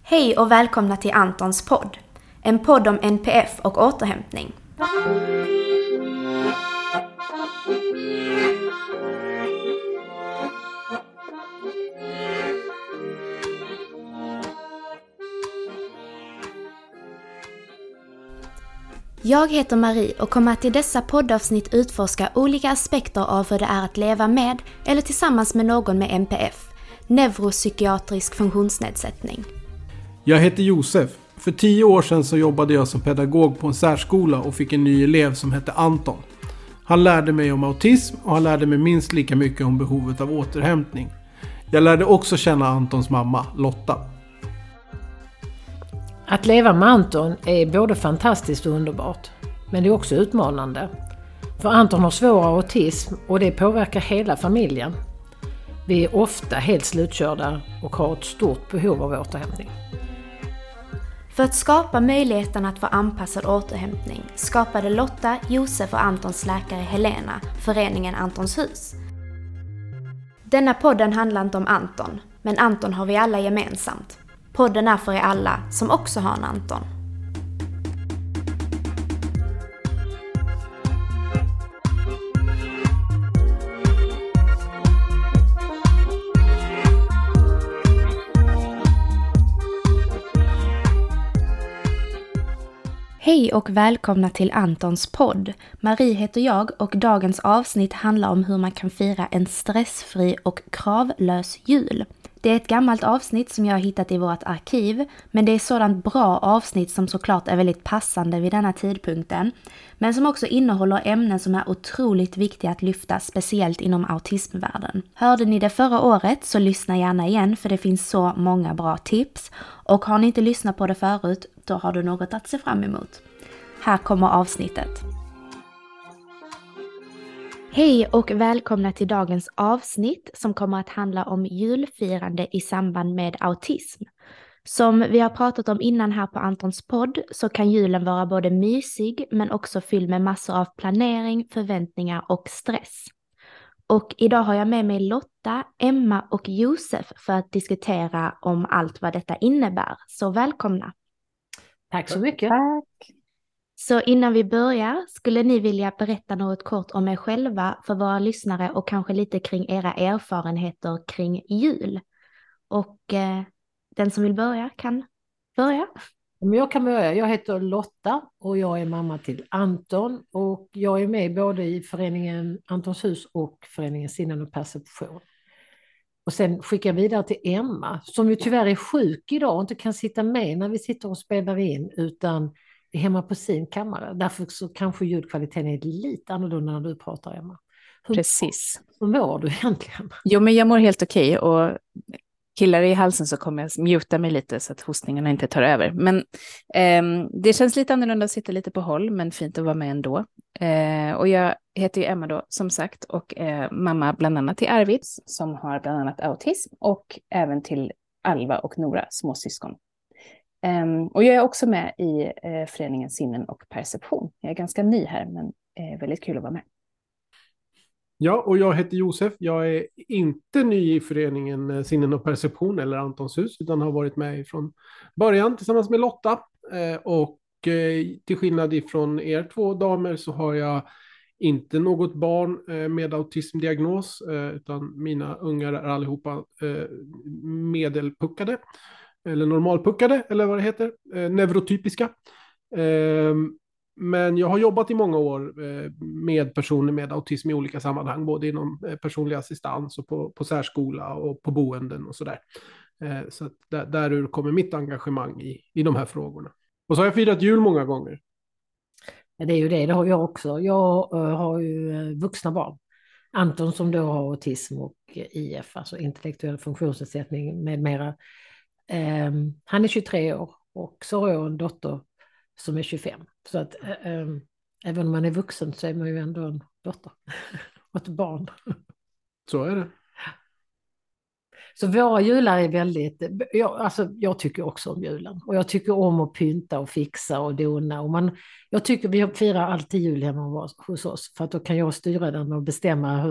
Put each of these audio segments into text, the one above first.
Hej och välkomna till Antons podd. En podd om NPF och återhämtning. Jag heter Marie och kommer att i dessa poddavsnitt utforska olika aspekter av hur det är att leva med eller tillsammans med någon med NPF, neuropsykiatrisk funktionsnedsättning. Jag heter Josef. För 10 år sedan så jobbade jag som pedagog på en särskola och fick en ny elev som hette Anton. Han lärde mig om autism och han lärde mig minst lika mycket om behovet av återhämtning. Jag lärde också känna Antons mamma, Lotta. Att leva med Anton är både fantastiskt och underbart, men det är också utmanande. För Anton har svår autism och det påverkar hela familjen. Vi är ofta helt slutkörda och har ett stort behov av återhämtning. För att skapa möjligheten att få anpassad återhämtning skapade Lotta, Josef och Antons läkare Helena föreningen Antons hus. Denna podden handlar inte om Anton, men Anton har vi alla gemensamt. Podden är för er alla som också har en Anton. Hej och välkomna till Antons podd. Marie heter jag och dagens avsnitt handlar om hur man kan fira en stressfri och kravlös jul. Det är ett gammalt avsnitt som jag har hittat i vårt arkiv, men det är sådant bra avsnitt som såklart är väldigt passande vid denna tidpunkten, men som också innehåller ämnen som är otroligt viktiga att lyfta, speciellt inom autismvärlden. Hörde ni det förra året så lyssna gärna igen för det finns så många bra tips, och har ni inte lyssnat på det förut då har du något att se fram emot. Här kommer avsnittet. Hej och välkomna till dagens avsnitt som kommer att handla om julfirande i samband med autism. Som vi har pratat om innan här på Antons podd så kan julen vara både mysig men också fylld med massor av planering, förväntningar och stress. Och idag har jag med mig Lotta, Emma och Josef för att diskutera om allt vad detta innebär. Så välkomna! Tack så mycket! Tack! Så innan vi börjar skulle ni vilja berätta något kort om er själva för våra lyssnare och kanske lite kring era erfarenheter kring jul. Och den som vill börja kan börja. Jag kan börja. Jag heter Lotta och jag är mamma till Anton och jag är med både i föreningen Antons hus och föreningen Sinnen och perception. Och sen skickar jag vidare till Emma som ju tyvärr är sjuk idag och inte kan sitta med när vi sitter och spelar in utan är hemma på sin kammare. Därför så kanske ljudkvaliteten är lite annorlunda när du pratar, Emma. Precis. Hur mår du egentligen? Jo, men jag mår helt okej och killar i halsen så kommer jag muta mig lite så att hostningarna inte tar över. Men det känns lite annorlunda att sitta lite på håll, men fint att vara med ändå. Och jag heter ju Emma då, som sagt, och mamma bland annat till Arvids som har bland annat autism och även till Alva och Nora, småsyskon. Och jag är också med i föreningen Sinnen och perception. Jag är ganska ny här, men väldigt kul att vara med. Ja, och jag heter Josef. Jag är inte ny i föreningen Sinnen och perception eller Antons hus, utan har varit med från början tillsammans med Lotta. Och till skillnad ifrån er 2 damer så har jag inte något barn med autismdiagnos, utan mina ungar är allihopa medelpuckade. Eller normalpuckade, eller vad det heter. Neurotypiska. Men jag har jobbat i många år med personer med autism i olika sammanhang. Både inom personlig assistans och på särskola och på boenden och sådär. Så att därur kommer mitt engagemang i de här frågorna. Och så har jag firat jul många gånger. Ja, det är ju det har jag också. Jag har ju vuxna barn. Anton som då har autism och IF, alltså intellektuell funktionsnedsättning med mera. Han är 23 år och så har jag en dotter som är 25. Så att även om man är vuxen så är man ju ändå en dotter och ett barn. Så är det. Så våra jular är väldigt, jag tycker också om julen. Och jag tycker om att pynta och fixa och dona. Och jag tycker vi firar alltid jul hemma hos oss. För att då kan jag styra den och bestämma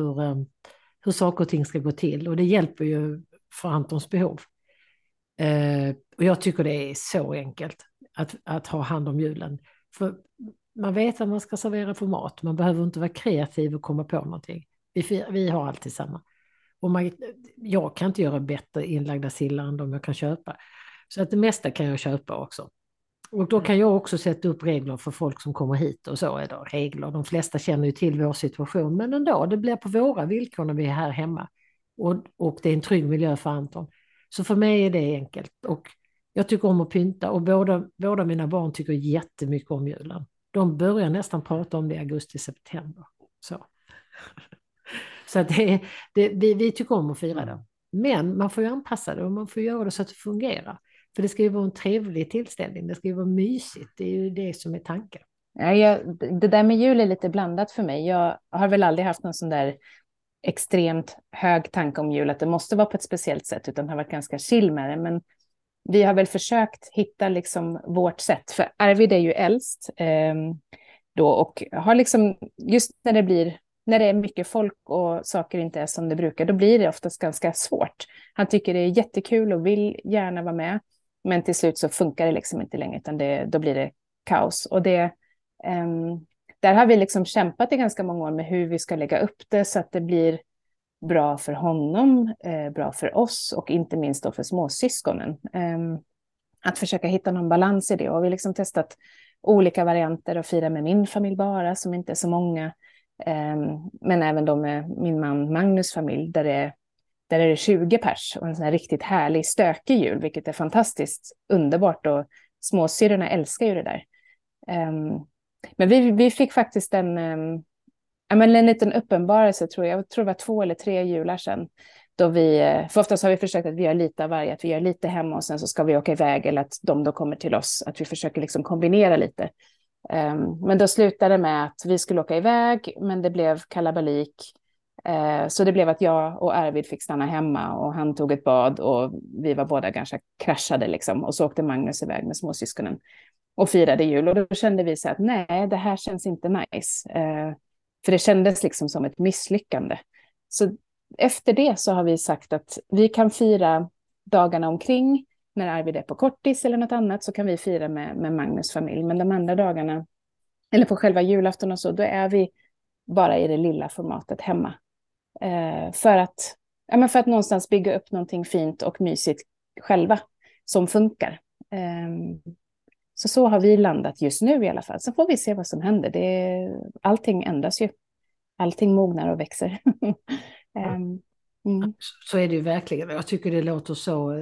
hur saker och ting ska gå till. Och det hjälper ju för Antons behov. Och jag tycker det är så enkelt att ha hand om julen. För man vet vad man ska servera för mat. Man behöver inte vara kreativ och komma på någonting. Vi har alltid samma. Och jag kan inte göra bättre inlagda sillar än de jag kan köpa. Så att det mesta kan jag köpa också. Och då kan jag också sätta upp regler för folk som kommer hit och så är det regler. De flesta känner ju till vår situation, men ändå, det blir på våra villkor när vi är här hemma. Och det är en trygg miljö för Anton. Så för mig är det enkelt. Och jag tycker om att pynta och båda mina barn tycker jättemycket om julen. De börjar nästan prata om det i augusti-september. Så att vi tycker om att fira det. Men man får ju anpassa det och man får göra det så att det fungerar. För det ska ju vara en trevlig tillställning, det ska ju vara mysigt, det är ju det som är tanken. Ja, det där med jul är lite blandat för mig. Jag har väl aldrig haft någon sån där extremt hög tanke om jul, att det måste vara på ett speciellt sätt, utan har varit ganska chill med det. Men vi har väl försökt hitta liksom vårt sätt, för Arvid är ju äldst då, och har liksom, just när det är mycket folk och saker inte är som det brukar, då blir det oftast ganska svårt. Han tycker det är jättekul och vill gärna vara med, men till slut så funkar det liksom inte längre, utan då blir det kaos. Och där har vi liksom kämpat i ganska många år med hur vi ska lägga upp det så att det blir bra för honom, bra för oss och inte minst då för småsyskonen. Att försöka hitta någon balans i det, och vi har liksom testat olika varianter och fira med min familj bara, som inte är så många. Men även då med min man Magnus familj, där är det 20 pers och en sån här riktigt härlig stökig jul, vilket är fantastiskt underbart, och småsyrrorna älskar ju det där. Men vi fick faktiskt en liten uppenbarelse, tror jag tror det var 2 eller 3 jular sedan, då för oftast har vi försökt att vi gör lite av varje, att vi gör lite hemma och sen så ska vi åka iväg, eller att de då kommer till oss, att vi försöker liksom kombinera lite. Men då slutade det med att vi skulle åka iväg, men det blev kalabalik. Så det blev att jag och Arvid fick stanna hemma, och han tog ett bad och vi var båda ganska kraschade liksom. Och så åkte Magnus iväg med småsyskonen och firade jul. Och då kände vi så att nej, det här känns inte nice. För det kändes liksom som ett misslyckande. Så efter det så har vi sagt att vi kan fira dagarna omkring. När Arvid är på kortis eller något annat så kan vi fira med Magnus familj. Men de andra dagarna, eller på själva julafton och så, då är vi bara i det lilla formatet hemma. För att någonstans bygga upp någonting fint och mysigt själva som funkar. Så har vi landat just nu i alla fall. Så får vi se vad som händer. Allting ändras ju. Allting mognar och växer. Så är det ju verkligen. Jag tycker det låter så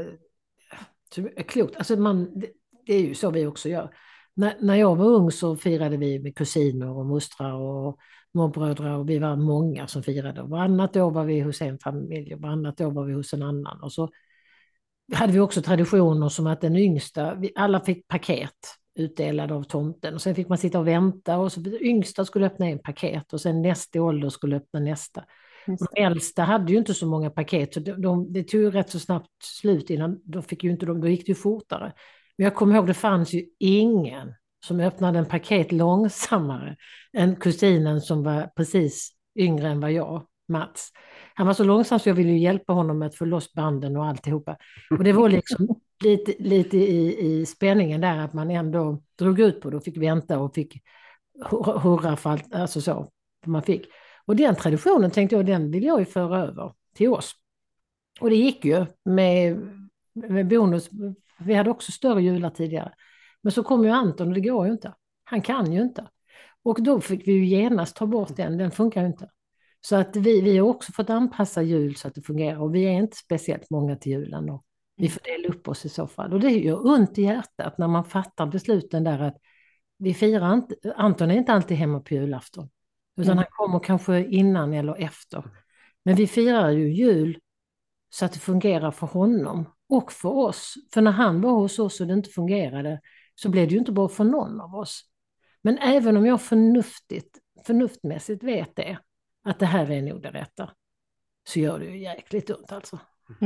klokt. Alltså det är ju så vi också gör. När jag var ung så firade vi med kusiner och mostrar och morbröder, och vi var många som firade. Varannat år var vi hos en familj och varannat år var vi hos en annan. Och så hade vi också traditioner som att den yngsta, alla fick paket utdelade av tomten, och sen fick man sitta och vänta, och så yngsta skulle öppna en paket och sen nästa ålder skulle öppna nästa. Och de äldsta hade ju inte så många paket, så det tog ju rätt så snabbt slut innan, då gick det ju fortare. Men jag kommer ihåg, det fanns ju ingen som öppnade en paket långsammare än kusinen som var precis yngre än vad jag, Mats. Han var så långsam så jag ville ju hjälpa honom med att få loss banden och alltihopa. Och det var liksom lite i spänningen där, att man ändå drog ut på det och fick vänta och fick hurra för allt, alltså så man fick. Och den traditionen tänkte jag, den vill jag ju föra över till oss. Och det gick ju med bonus. Vi hade också större jular tidigare. Men så kom ju Anton och det går ju inte. Han kan ju inte. Och då fick vi ju genast ta bort den funkar ju inte. Så att vi har också fått anpassa jul så att det fungerar. Och vi är inte speciellt många till julen. Och vi får dela upp oss i så fall. Och det gör ont i hjärtat när man fattar besluten där, att vi firar inte, Anton är inte alltid hemma på julafton. Utan han kommer kanske innan eller efter. Men vi firar ju jul så att det fungerar för honom och för oss. För när han var hos oss och det inte fungerade, så blev det ju inte bra för någon av oss. Men även om jag förnuftmässigt vet det, att det här är nog det rätta, så gör det ju jäkligt ont alltså.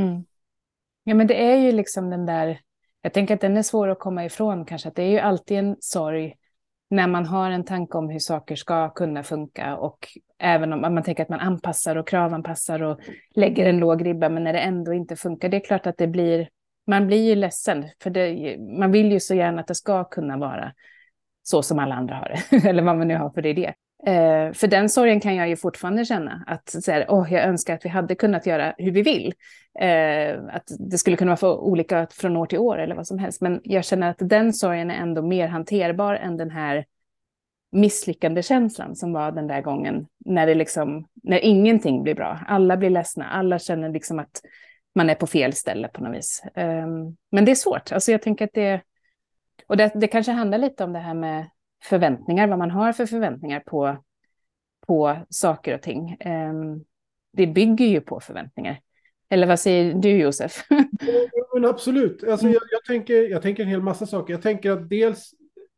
Ja, men det är ju liksom den där, jag tänker att den är svår att komma ifrån kanske, att det är ju alltid en sorg när man har en tanke om hur saker ska kunna funka, och även om man tänker att man anpassar och kravanpassar och lägger en låg ribba, men när det ändå inte funkar, det är klart att det blir man blir ju ledsen, för man vill ju så gärna att det ska kunna vara så som alla andra har det, eller vad man nu har för idé. För den sorgen kan jag ju fortfarande känna, att så här, jag önskar att vi hade kunnat göra hur vi vill. Att det skulle kunna vara för olika från år till år eller vad som helst. Men jag känner att den sorgen är ändå mer hanterbar än den här misslyckande känslan som var den där gången när ingenting blir bra. Alla blir ledsna, alla känner liksom att man är på fel ställe på något vis. Men det är svårt. Alltså jag tänker att det kanske handlar lite om det här med förväntningar, vad man har för förväntningar på saker och ting. Det bygger ju på förväntningar. Eller vad säger du, Josef? Men absolut. Alltså, jag tänker en hel massa saker. Jag tänker att dels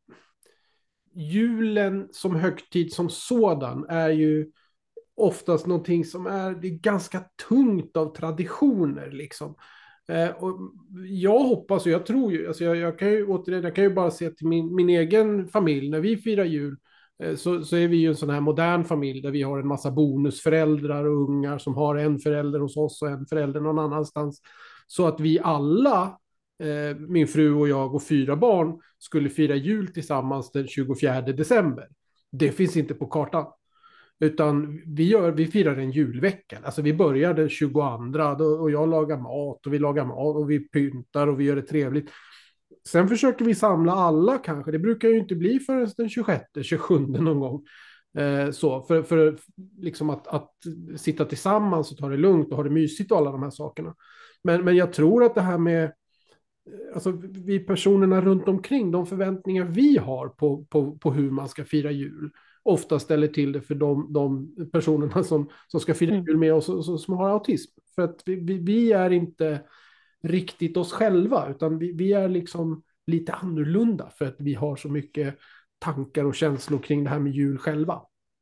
julen som högtid som sådan är ju oftast någonting som det är ganska tungt av traditioner liksom. Och jag hoppas och jag tror ju, alltså jag kan ju bara se till min egen familj när vi firar jul, så är vi ju en sån här modern familj där vi har en massa bonusföräldrar och ungar som har en förälder hos oss och en förälder någon annanstans. Så att vi alla, min fru och jag och 4 barn, skulle fira jul tillsammans den 24 december. Det finns inte på kartan. Utan vi firar en julvecka. Alltså vi börjar den 22 och jag lagar mat och vi lagar mat och vi pyntar och vi gör det trevligt. Sen försöker vi samla alla kanske. Det brukar ju inte bli förrän den 26, 27 någon gång. Så för liksom att sitta tillsammans och ta det lugnt och ha det mysigt och alla de här sakerna. Men jag tror att det här med alltså vi personerna runt omkring, de förväntningar vi har på hur man ska fira jul ofta ställer till det för de personerna som ska fira jul med oss som har autism. För att vi är inte riktigt oss själva, utan vi är liksom lite annorlunda för att vi har så mycket tankar och känslor kring det här med jul själva.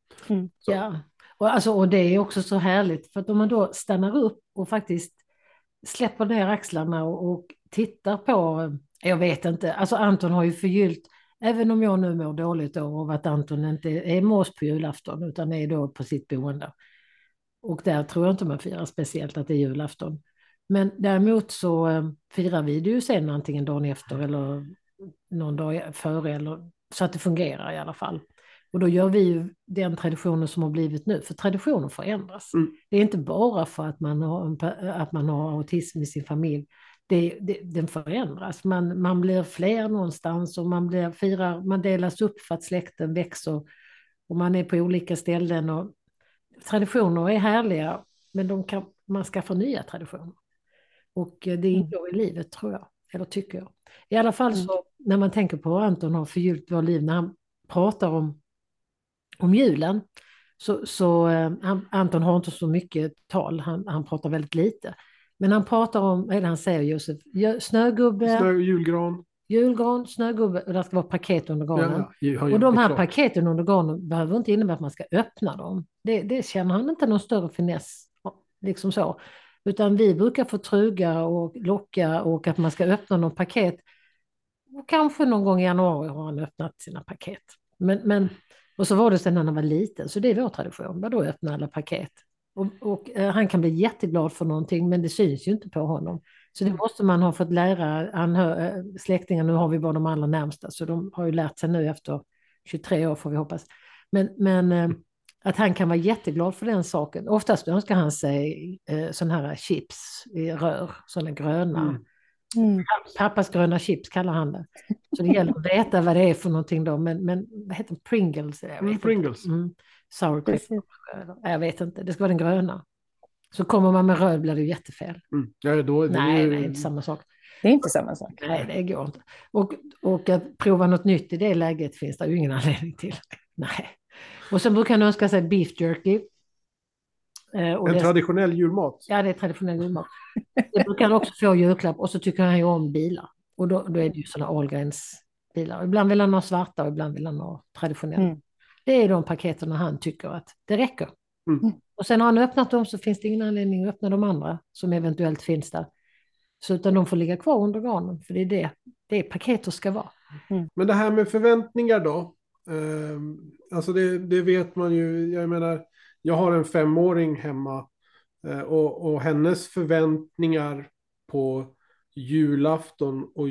Ja, och det är också så härligt, för att om man då stannar upp och faktiskt släpper ner axlarna och tittar på, jag vet inte, alltså Anton har ju förgyllt, även om jag nu mår dåligt av att Anton inte är med oss på julafton utan är då på sitt boende. Och där tror jag inte man firar speciellt att det är julafton. Men däremot så firar vi det ju sen antingen dagen efter eller någon dag före, eller, så att det fungerar i alla fall. Och då gör vi ju den traditionen som har blivit nu, för traditioner förändras. Det är inte bara för att man har autism i sin familj. Den förändras. Man blir fler någonstans och man delas upp för att släkten växer och man är på olika ställen. Och traditioner är härliga, men man skaffar nya traditioner. Och det ingår i livet, tror jag, eller tycker jag. I alla fall så, när man tänker på vad Anton har förgyllt vårt liv, när han pratar om julen, så Anton har inte så mycket tal, han pratar väldigt lite. Men han pratar om, vad är det han säger, Josef? Snögubbe, julgran, snögubbe, och det ska vara paket under granen. Och de här paketen under granen behöver inte innebära att man ska öppna dem. Det känner han inte någon större finess, liksom så. Utan vi brukar få truga och locka och att man ska öppna någon paket. Och kanske någon gång i januari har han öppnat sina paket. Men och så var det sen när han var liten, så det är vår tradition. Då öppnar alla paket. Och han kan bli jätteglad för någonting, men det syns ju inte på honom. Så det måste man ha fått lära släktingar. Nu har vi bara de allra närmsta, så de har ju lärt sig nu efter 23 år, får vi hoppas. Men att han kan vara jätteglad för den saken. Oftast önskar han sig sådana här chips i rör, sådana gröna. Pappas gröna chips kallar han det. Så det gäller att veta vad det är för någonting då. Men vad heter det? Pringles? Pringles. Sour cream. Jag vet inte, det ska vara den gröna. Så kommer man med röd blir det jättefel. Ja, nej, det är inte samma sak. Det är inte samma sak. Nej, det går inte. Och att prova något nytt i det läget finns det ju ingen anledning till. Nej. Och sen brukar han önska sig beef jerky. Traditionell julmat. Ja, det är traditionell julmat. Det brukar han också få julklapp, och så tycker han ju om bilar. Och då är det ju sådana Ahlgrens bilar. Ibland vill han ha svarta och ibland vill han ha traditionella. Det är de paketen han tycker att det räcker. Och sen har han öppnat dem, så finns det ingen anledning att öppna de andra som eventuellt finns där. Så utan de får ligga kvar under granen, för det är det paketer ska vara. Men det här med förväntningar då. Alltså det vet man ju. Jag menar, jag har en 5-åring hemma och hennes förväntningar på julafton och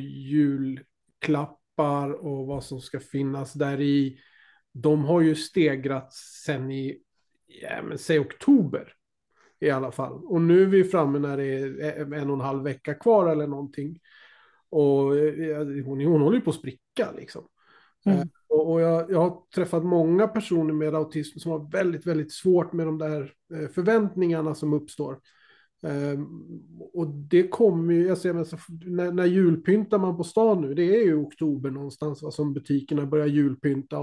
julklappar och vad som ska finnas där i, de har ju stegrats sen i, ja, men säg oktober i alla fall. Och nu är vi framme när det är 1,5 vecka kvar eller någonting. Och hon håller ju på att spricka liksom. Och jag har träffat många personer med autism som har väldigt, väldigt svårt med de där förväntningarna som uppstår. Och det kommer ju, jag ser, när julpyntar man på stan nu, det är ju oktober någonstans, va, som butikerna börjar julpynta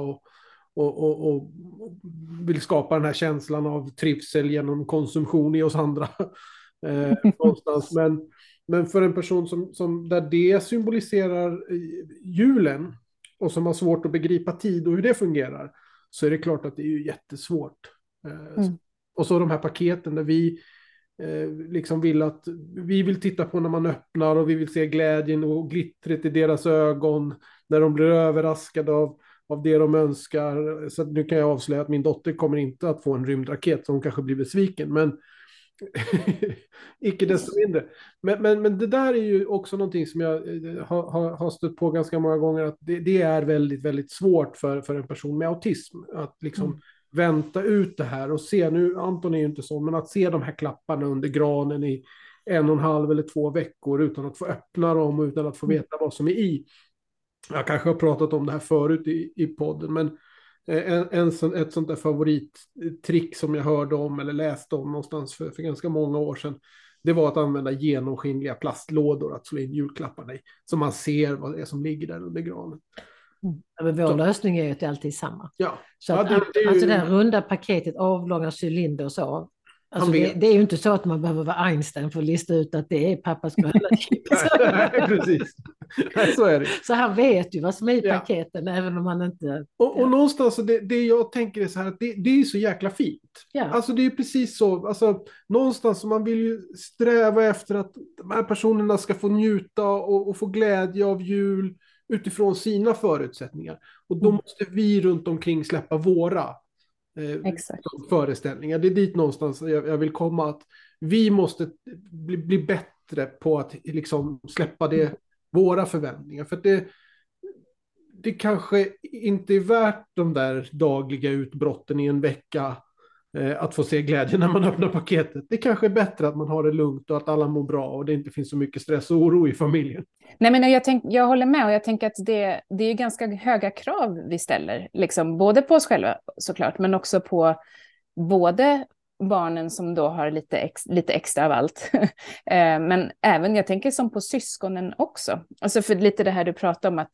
och vill skapa den här känslan av trivsel genom konsumtion i oss andra. Någonstans. Men för en person som där det symboliserar julen och som har svårt att begripa tid och hur det fungerar, så är det klart att det är ju jättesvårt. Och så de här paketen där vi liksom vi vill titta på när man öppnar och vi vill se glädjen och glittret i deras ögon när de blir överraskade av det de önskar. Så nu kan jag avslöja att min dotter kommer inte att få en rymdraket, så hon kanske blir besviken, men icke desto mindre. Men det där är ju också någonting som jag har stött på ganska många gånger, att det är väldigt, väldigt svårt för en person med autism att liksom vänta ut det här och se, nu Anton är ju inte så, men att se de här klapparna under granen i 1,5 eller 2 veckor utan att få öppna dem och utan att få veta vad som är i. Jag kanske har pratat om det här förut i podden, men ett sånt där favorittrick som jag hörde om eller läste om någonstans för ganska många år sedan, det var att använda genomskinliga plastlådor att slå in julklapparna i, så man ser vad det är som ligger där under granen. Men vår lösning är ju att det alltid är samma. Ja. Så att, alltså det här runda paketet, avlånga cylinder och så. Alltså det är ju inte så att man behöver vara Einstein för att lista ut att det är pappas gröna chips. Precis. Så är det. Så han vet ju vad som är i paketen, även om han inte... Och någonstans, det jag tänker är så här, att det är så jäkla fint. Ja. Alltså det är precis så, alltså någonstans man vill ju sträva efter att de här personerna ska få njuta och få glädje av jul utifrån sina förutsättningar. Och då måste vi runt omkring släppa våra föreställningar. Det är dit någonstans jag vill komma, att vi måste bli bättre på att liksom släppa våra förväntningar. För att det kanske inte är värt de där dagliga utbrotten i en vecka att få se glädjen när man öppnar paketet. Det kanske är bättre att man har det lugnt och att alla mår bra och det inte finns så mycket stress och oro i familjen. Nej, men jag håller med, och jag tänker att det är ganska höga krav vi ställer, liksom, både på oss själva såklart, men också på både barnen som då har lite extra av allt. Men även, jag tänker som på syskonen också. Alltså för lite det här du pratar om,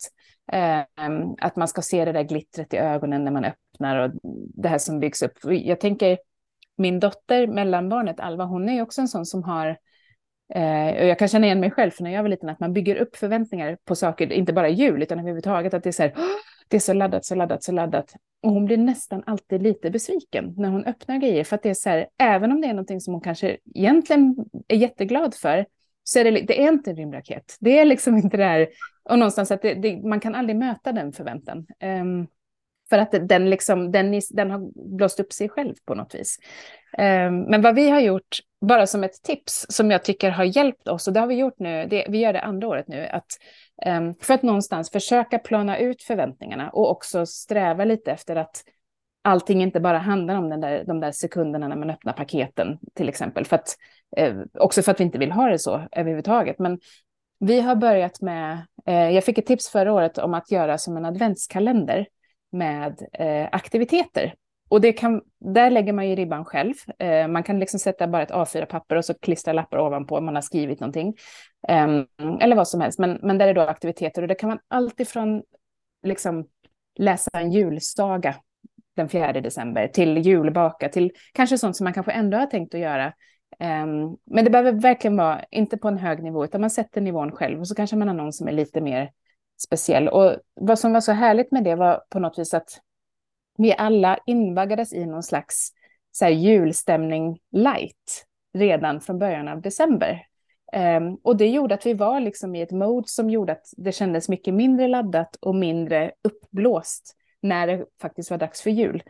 att man ska se det där glittret i ögonen när man öppnar och det här som byggs upp. Jag tänker, min dotter, mellanbarnet Alva, hon är ju också en sån som har, och jag kan känna igen mig själv för när jag var liten, att man bygger upp förväntningar på saker, inte bara jul utan överhuvudtaget, att det är så här, det är så laddat, så laddat, så laddat. Och hon blir nästan alltid lite besviken när hon öppnar grejer, för att det är så här, även om det är någonting som hon kanske egentligen är jätteglad för, så är det är inte en rymdraket. Det är liksom inte det här, och någonstans att man kan aldrig möta den förväntan. För att den har blåst upp sig själv på något vis. Men vad vi har gjort, bara som ett tips som jag tycker har hjälpt oss, och det har vi gjort nu, vi gör det andra året nu, att för att någonstans försöka plana ut förväntningarna och också sträva lite efter att allting inte bara handlar om de där sekunderna när man öppnar paketen till exempel. Också för att vi inte vill ha det så överhuvudtaget. Men vi har börjat med, jag fick ett tips förra året om att göra som en adventskalender med aktiviteter. Och där lägger man ju ribban själv. Man kan liksom sätta bara ett A4-papper och så klistra lappar ovanpå om man har skrivit någonting. Eller vad som helst. Men där är då aktiviteter. Och det kan man alltid från liksom läsa en julsaga den 4 december till julbaka, till kanske sånt som man kanske ändå har tänkt att göra. Men det behöver verkligen vara inte på en hög nivå, utan man sätter nivån själv och så kanske man har någon som är lite mer speciell. Och vad som var så härligt med det var på något vis att vi alla invaggades i någon slags så här julstämning light redan från början av december. Och det gjorde att vi var liksom i ett mode som gjorde att det kändes mycket mindre laddat och mindre uppblåst när det faktiskt var dags för jul.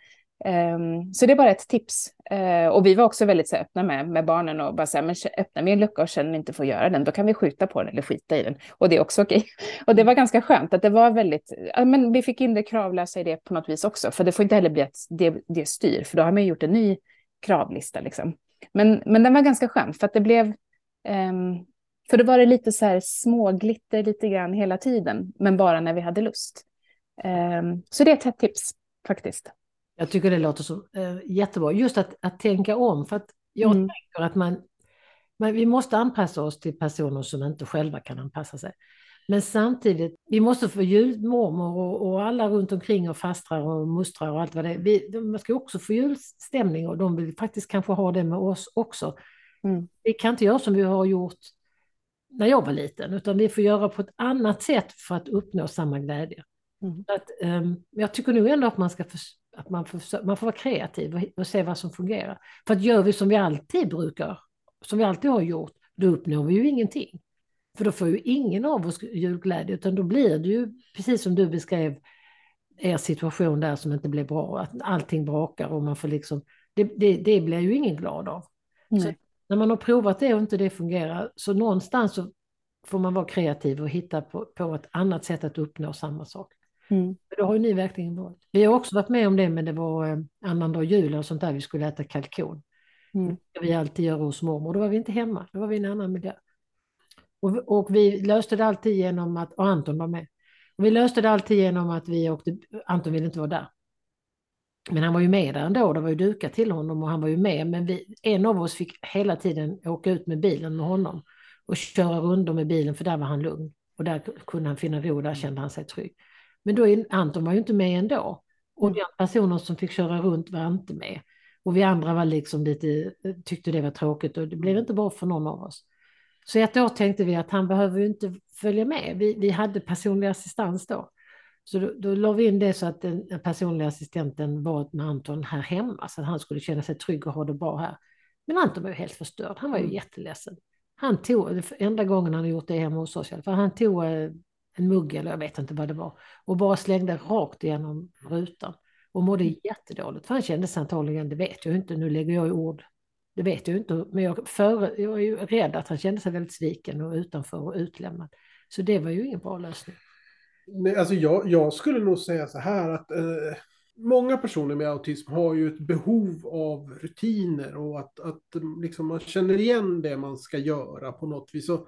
Så det är bara ett tips. Och vi var också väldigt så öppna med barnen och bara så här, men öppnar vi en lucka och känner inte får göra den, då kan vi skjuta på den eller skita i den. Och det är också okej. Och det var ganska skönt att det var väldigt, men vi fick in det kravlösa i det på något vis också. För det får inte heller bli att det styr, för då har man gjort en ny kravlista liksom. Men den var ganska skön för att det blev, för då var det lite så här småglitter lite grann hela tiden, men bara när vi hade lust. Så det är ett tips faktiskt. Jag tycker det låter så jättebra. Just att tänka om. För att jag tänker att vi måste anpassa oss till personer som inte själva kan anpassa sig. Men samtidigt, vi måste få julmormor och alla runt omkring och fastrar och mostrar och allt vad det är. Man ska också få julstämning och de vill faktiskt kanske ha det med oss också. Vi kan inte göra som vi har gjort när jag var liten, utan vi får göra på ett annat sätt för att uppnå samma glädje. Jag tycker nog ändå att man får vara kreativ och se vad som fungerar. För att gör vi som vi alltid brukar, som vi alltid har gjort, då uppnår vi ju ingenting. För då får ju ingen av oss julglädje, utan då blir det ju precis som du beskrev er situation där som inte blev bra, att allting brakar och man får liksom, det blir ju ingen glad av. Så när man har provat det och inte det fungerar, så någonstans så får man vara kreativ och hitta på ett annat sätt att uppnå samma sak. Det har ju ni verkligen varit. Vi har också varit med om det, men det var annandag jul och sånt där, vi skulle äta kalkon. Vi alltid gör hos mormor, då var vi inte hemma, då var vi i en annan miljö. Och vi löste det alltid genom att, och Anton var med, och vi löste det alltid genom att Anton ville inte vara där. Men han var ju med där ändå, det var ju dukat till honom och han var ju med, men en av oss fick hela tiden åka ut med bilen med honom och köra runt med bilen, för där var han lugn och där kunde han finna ro, där kände han sig trygg. Men då Anton var ju inte med ändå. Och de personer som fick köra runt var inte med. Och vi andra var liksom tyckte det var tråkigt och det blev inte bra för någon av oss. Så ett år tänkte vi att han behöver ju inte följa med. Vi hade personlig assistans då. Så då la vi in det så att den personliga assistenten var med Anton här hemma. Så att han skulle känna sig trygg och ha det bra här. Men Anton var ju helt förstörd. Han var ju jätteledsen. Enda gången han gjort det hemma hos oss. För han tog en mugg eller jag vet inte vad det var och bara slängde rakt igenom rutan och mådde jättedåligt. För han kände sig antagligen, det vet jag inte, nu lägger jag i ord, det vet jag inte, men jag är ju rädd att han kände sig väldigt sviken och utanför och utlämnad. Så det var ju ingen bra lösning. Nej, alltså jag skulle nog säga så här att många personer med autism har ju ett behov av rutiner och att liksom man känner igen det man ska göra på något vis. Så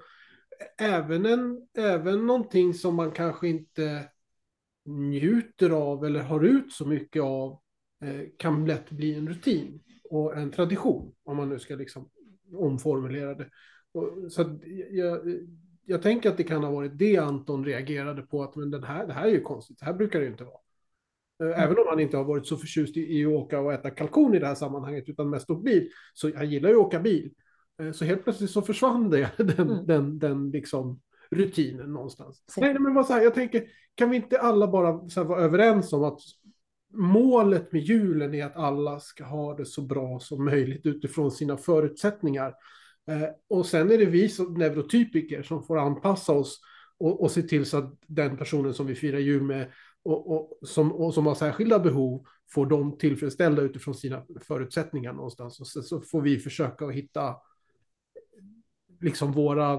även någonting som man kanske inte njuter av eller har ut så mycket av kan lätt bli en rutin och en tradition, om man nu ska liksom omformulera det. Så att jag tänker att det kan ha varit det Anton reagerade på, att men det här är ju konstigt, det här brukar det ju inte vara. Även om han inte har varit så förtjust i att åka och äta kalkon i det här sammanhanget, utan mest åkt bil, så han gillar ju att åka bil. Så helt plötsligt så försvann det, den liksom rutinen någonstans. Nej, men vad så här, jag tänker, kan vi inte alla bara så här vara överens om att målet med julen är att alla ska ha det så bra som möjligt utifrån sina förutsättningar. Och sen är det vi som neurotypiker som får anpassa oss och se till så att den personen som vi firar jul med och som har särskilda behov får de tillfredsställda utifrån sina förutsättningar någonstans. Och så får vi försöka att hitta liksom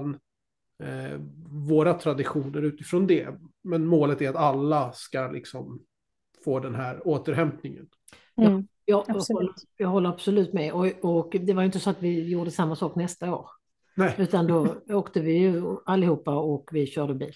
våra traditioner utifrån det. Men målet är att alla ska liksom få den här återhämtningen. Jag håller absolut med. Och det var inte så att vi gjorde samma sak nästa år. Nej. Utan då åkte vi ju allihopa och vi körde bil.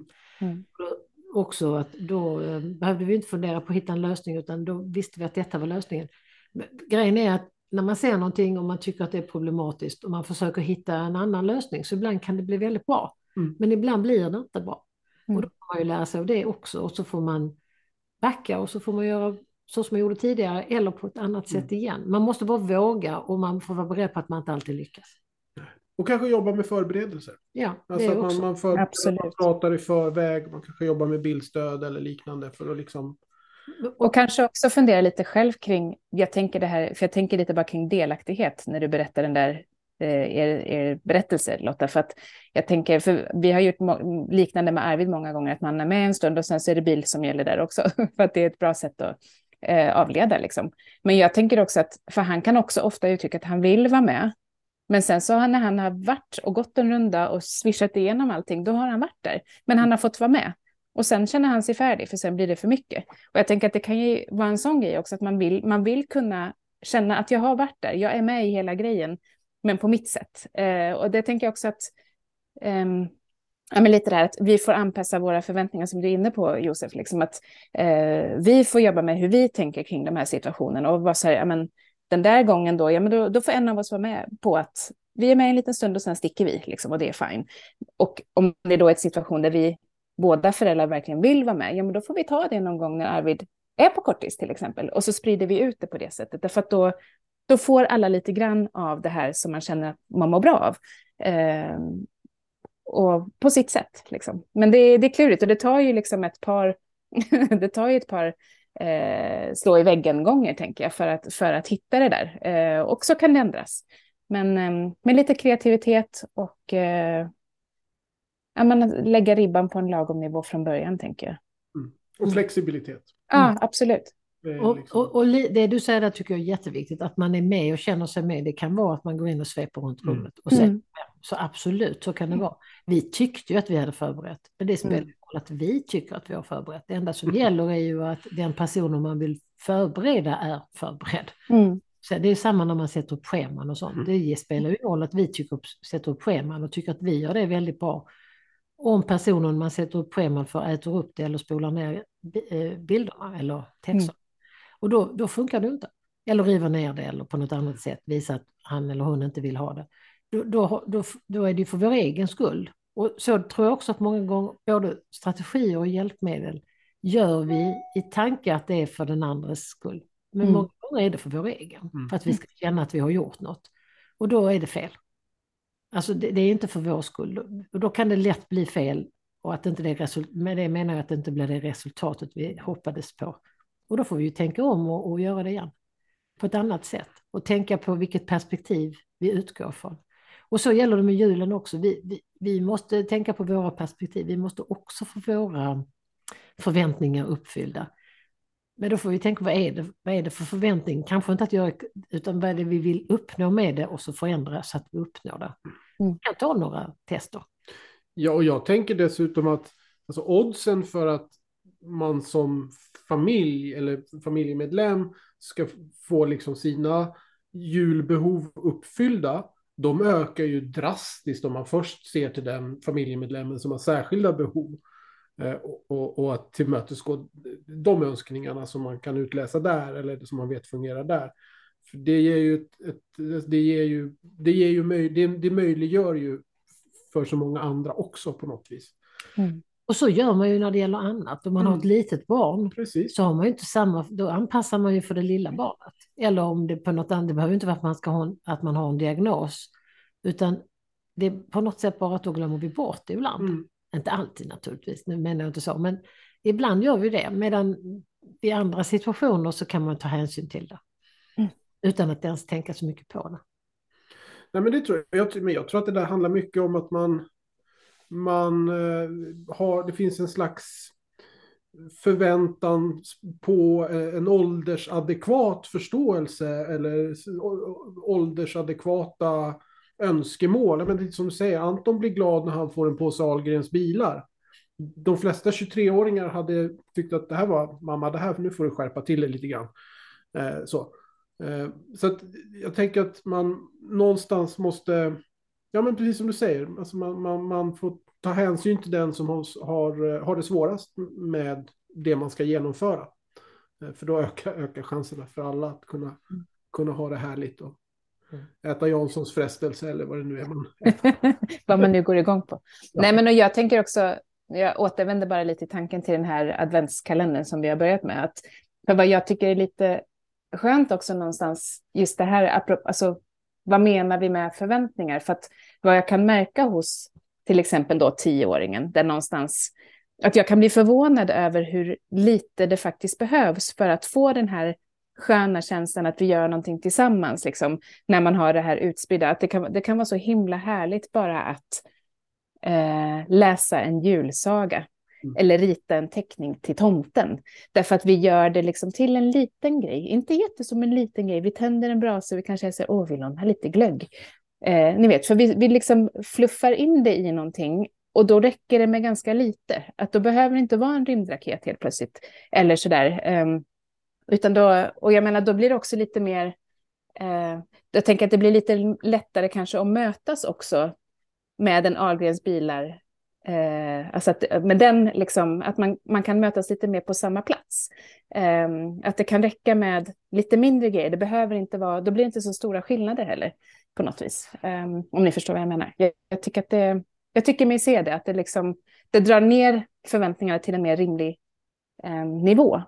Också att då behövde vi inte fundera på att hitta en lösning, utan då visste vi att detta var lösningen. Men grejen är att när man ser någonting och man tycker att det är problematiskt och man försöker hitta en annan lösning, så ibland kan det bli väldigt bra. Men ibland blir det inte bra. Och då får man ju lära sig av det också, och så får man backa och så får man göra så som man gjorde tidigare eller på ett annat sätt igen. Man måste bara våga och man får vara beredd på att man inte alltid lyckas. Och kanske jobba med förberedelser. Ja, alltså det att också. man pratar i förväg, man kanske jobbar med bildstöd eller liknande för att liksom... Och kanske också fundera lite själv kring, jag tänker lite bara kring delaktighet när du berättar den där er berättelse, Lotta, för att jag tänker, för vi har gjort liknande med Arvid många gånger, att man är med en stund och sen så är det bil som gäller där också, för att det är ett bra sätt att avleda liksom. Men jag tänker också att, för han kan också ofta uttrycka att han vill vara med. Men sen så när han har varit och gått en runda och swishat igenom allting, då har han varit där. Men han har fått vara med. Och sen känner han sig färdig, för sen blir det för mycket. Och jag tänker att det kan ju vara en sån grej också, att man vill kunna känna att jag har varit där. Jag är med i hela grejen, men på mitt sätt. Och det tänker jag också att, ja, men lite där att vi får anpassa våra förväntningar, som du är inne på, Josef. Liksom att vi får jobba med hur vi tänker kring de här situationerna. Och vad säger, ja, men den där gången då, ja, men då får en av oss vara med på att vi är med en liten stund och sen sticker vi. Liksom, och det är fine. Och om det då är en situation där vi båda föräldrar verkligen vill vara med, ja, men då får vi ta det någon gång när Arvid är på kortis till exempel. Och så sprider vi ut det på det sättet. Därför att då får alla lite grann av det här som man känner att man mår bra av. Och på sitt sätt. Liksom. Men det är klurigt, och det tar ju liksom ett par slå i väggen gånger, tänker jag, för att hitta det där. Och så kan det ändras. Men med lite kreativitet och lägga ribban på en lagom nivå från början, tänker jag. Och flexibilitet. Ja, absolut. Och det du säger där tycker jag är jätteviktigt, att man är med och känner sig med. Det kan vara att man går in och sveper runt rummet och säger, så absolut, så kan det vara. Vi tyckte ju att vi hade förberett, men det spelar roll att vi tycker att vi har förberett. Det enda som gäller är ju att den personen man vill förbereda är förberedd. Så det är samma när man sätter upp scheman och sånt. Det spelar ju roll att vi sätter upp scheman och tycker att vi gör det väldigt bra. Om personen man sätter upp scheman för äter upp det eller spolar ner bilderna eller texten. Och då funkar det inte. Eller river ner det eller på något annat sätt visa att han eller hon inte vill ha det. Då är det för vår egen skull. Och så tror jag också att många gånger både strategier och hjälpmedel gör vi i tanke att det är för den andres skull. Men många gånger är det för vår egen. För att vi ska känna att vi har gjort något. Och då är det fel. Alltså det är inte för vår skull. Och då kan det lätt bli fel. Och att inte med det menar jag att det inte blir det resultatet vi hoppades på. Och då får vi ju tänka om och göra det igen. På ett annat sätt. Och tänka på vilket perspektiv vi utgår från. Och så gäller det med julen också. Vi måste tänka på våra perspektiv. Vi måste också få våra förväntningar uppfyllda. Men då får vi tänka, vad är det för förväntning? Kanske inte att göra, utan vad är det vi vill uppnå med det och så förändra så att vi uppnår det. Vi kan ta några tester. Ja, och jag tänker dessutom att alltså, oddsen för att man som familj eller familjemedlem ska få liksom sina julbehov uppfyllda, de ökar ju drastiskt om man först ser till den familjemedlemmen som har särskilda behov. Och att tillmötesgå de önskningarna som man kan utläsa där eller som man vet fungerar där. För det möjliggör ju för så många andra också på något vis. Och så gör man ju när det gäller annat. Om man har ett litet barn, så har man ju inte då anpassar man ju för det lilla barnet. Eller om det på något annat, det behöver inte vara att man har en diagnos, utan det är på något sätt bara att då glömmer vi bort det ibland. Inte alltid naturligtvis, nu menar jag inte så, men ibland gör vi det. Medan i andra situationer så kan man ta hänsyn till det. Utan att ens tänka så mycket på det. Nej, men det tror jag. Men jag tror att det där handlar mycket om att det finns en slags förväntan på en åldersadekvat förståelse eller åldersadekvata önskemål. Men det är som du säger, Anton blir glad när han får en påse Ahlgrens bilar. De flesta 23-åringar hade tyckt att det här var, mamma, nu får du skärpa till det lite grann. Så att jag tänker att man någonstans måste, ja men precis som du säger, alltså man får ta hänsyn till den som har det svårast med det man ska genomföra. För då ökar chanserna för alla att kunna ha det härligt och äta Janssons frestelse eller vad det nu är man äter. Vad man nu går igång på. Ja. Nej, men och jag tänker också, jag återvänder bara lite i tanken till den här adventskalendern som vi har börjat med. För vad jag tycker är lite skönt också någonstans, just det här, alltså vad menar vi med förväntningar? För att vad jag kan märka hos till exempel då 10-åringen, där någonstans att jag kan bli förvånad över hur lite det faktiskt behövs för att få den här sköna känslan att vi gör någonting tillsammans, liksom, när man har det här utspridda. Att det kan vara så himla härligt bara att läsa en julsaga. eller rita en teckning till tomten. Därför att vi gör det liksom till en liten grej. Inte jättesom en liten grej. Vi tänder en brasa, vi kanske säger, vill någon ha lite glögg? Ni vet, för vi liksom fluffar in det i någonting. Och då räcker det med ganska lite. Att då behöver det inte vara en rymdraket helt plötsligt. Eller sådär. Utan då, och jag menar, då blir det också lite mer... jag tänker att det blir lite lättare kanske att mötas också med en Ahlgrens bilar. Alltså att, med den liksom, att man kan mötas lite mer på samma plats. Att det kan räcka med lite mindre grejer. Det behöver inte vara, då blir det inte så stora skillnader heller på något vis. Om ni förstår vad jag menar. Jag tycker att jag tycker mig se det, att det drar ner förväntningarna till en mer rimlig nivå.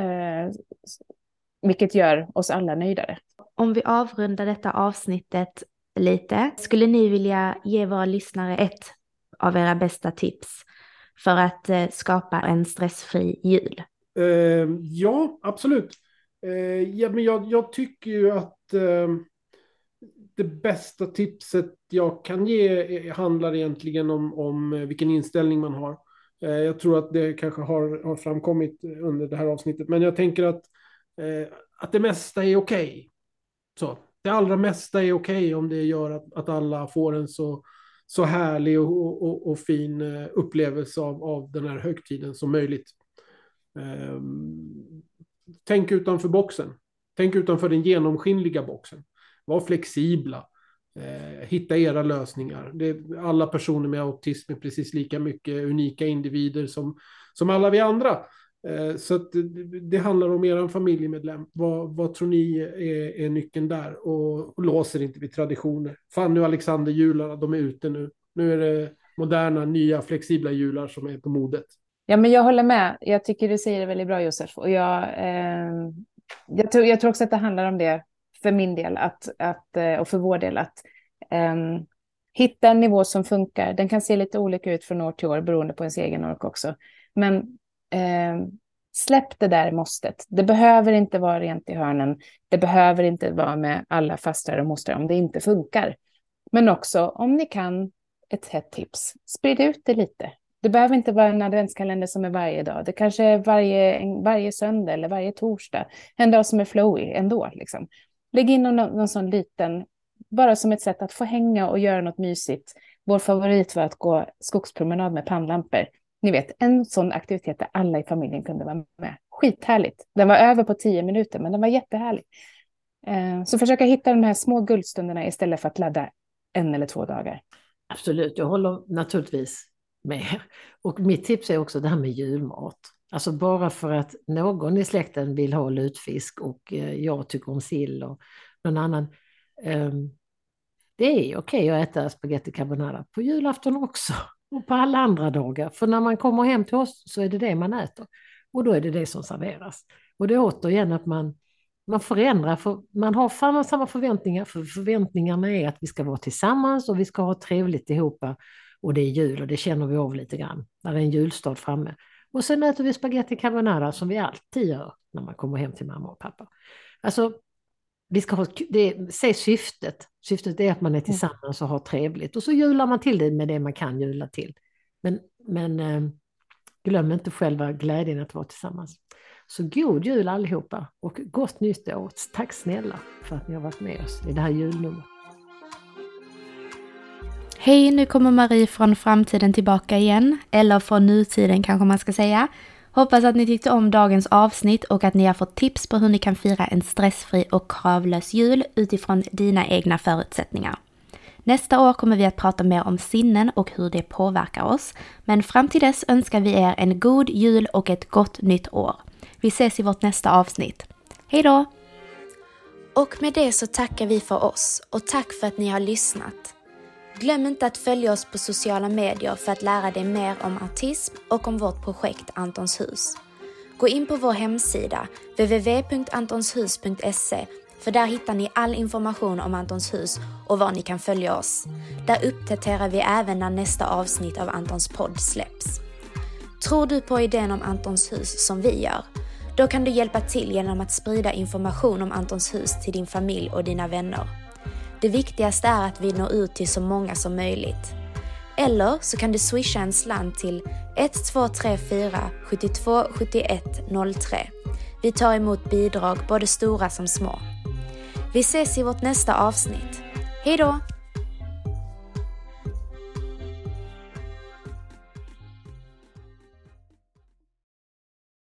Vilket gör oss alla nöjdare. Om vi avrundar detta avsnittet lite, skulle ni vilja ge våra lyssnare ett av era bästa tips för att skapa en stressfri jul? Ja, absolut. Men jag tycker ju att det bästa tipset jag kan ge handlar egentligen om vilken inställning man har. Jag tror att det kanske har framkommit under det här avsnittet, men jag tänker att det mesta är okej. Så det allra mesta är okej om det gör att alla får en så härlig och fin upplevelse av den här högtiden som möjligt. Tänk utanför boxen. Tänk utanför den genomskinliga boxen. Var flexibla. Hitta era lösningar. Alla personer med autism är precis lika mycket unika individer som alla vi andra. Så att det handlar om er familjemedlem. Vad tror ni är nyckeln där? Och låser inte vid traditioner. Fan, nu Alexander jularna, de är ute nu. Nu är det moderna, nya, flexibla jular som är på modet. Ja, men jag håller med. Jag tycker du säger det väldigt bra, Josef. Och jag tror också att det handlar om det för min del och för vår del. Att hitta en nivå som funkar. Den kan se lite olika ut från år till år beroende på ens egen ork också. Men släpp det där måstet. Det behöver inte vara rent i hörnen. Det behöver inte vara med alla fastrar och mostrar om det inte funkar. Men också om ni kan, ett hett tips. Sprid ut det lite. Det behöver inte vara en adventskalender som är varje dag. Det kanske är varje söndag eller varje torsdag. En dag som är flowy ändå. Liksom. Lägg in någon sån liten, bara som ett sätt att få hänga och göra något mysigt. Vår favorit var att gå skogspromenad med pannlampor. Ni vet, en sån aktivitet där alla i familjen kunde vara med. Skithärligt. Den var över på 10 minuter, men den var jättehärlig. Så försöka hitta de här små guldstunderna istället för att ladda 1 eller 2 dagar. Absolut, jag håller naturligtvis med. Och mitt tips är också det här med julmat. Alltså bara för att någon i släkten vill ha lutfisk och jag tycker om sill och någon annan. Det är okej att äta spaghetti carbonara på julafton också. Och på alla andra dagar. För när man kommer hem till oss så är det man äter. Och då är det som serveras. Och det är återigen att man förändrar. För man har samma förväntningar. För förväntningarna är att vi ska vara tillsammans och vi ska ha trevligt ihop. Och det är jul och det känner vi av lite grann. Där är en julstad framme. Och sen äter vi spaghetti carbonara som vi alltid gör när man kommer hem till mamma och pappa. Alltså, vi ska ha, säg syftet. Syftet är att man är tillsammans och har trevligt. Och så jular man till det med det man kan jula till. Men glöm inte själva glädjen att vara tillsammans. Så god jul allihopa och gott nytt år. Tack snälla för att ni har varit med oss i det här julnumret. Hej, nu kommer Marie från framtiden tillbaka igen. Eller från nutiden kanske man ska säga. Hoppas att ni tyckte om dagens avsnitt och att ni har fått tips på hur ni kan fira en stressfri och kravlös jul utifrån dina egna förutsättningar. Nästa år kommer vi att prata mer om sinnen och hur det påverkar oss. Men fram till dess önskar vi er en god jul och ett gott nytt år. Vi ses i vårt nästa avsnitt. Hej då! Och med det så tackar vi för oss och tack för att ni har lyssnat. Glöm inte att följa oss på sociala medier för att lära dig mer om autism och om vårt projekt Antons hus. Gå in på vår hemsida www.antonshus.se för där hittar ni all information om Antons hus och var ni kan följa oss. Där uppdaterar vi även när nästa avsnitt av Antons podd släpps. Tror du på idén om Antons hus som vi gör? Då kan du hjälpa till genom att sprida information om Antons hus till din familj och dina vänner. Det viktigaste är att vi når ut till så många som möjligt. Eller så kan du swisha en slant till 1234 72 71 03. Vi tar emot bidrag både stora som små. Vi ses i vårt nästa avsnitt. Hej då!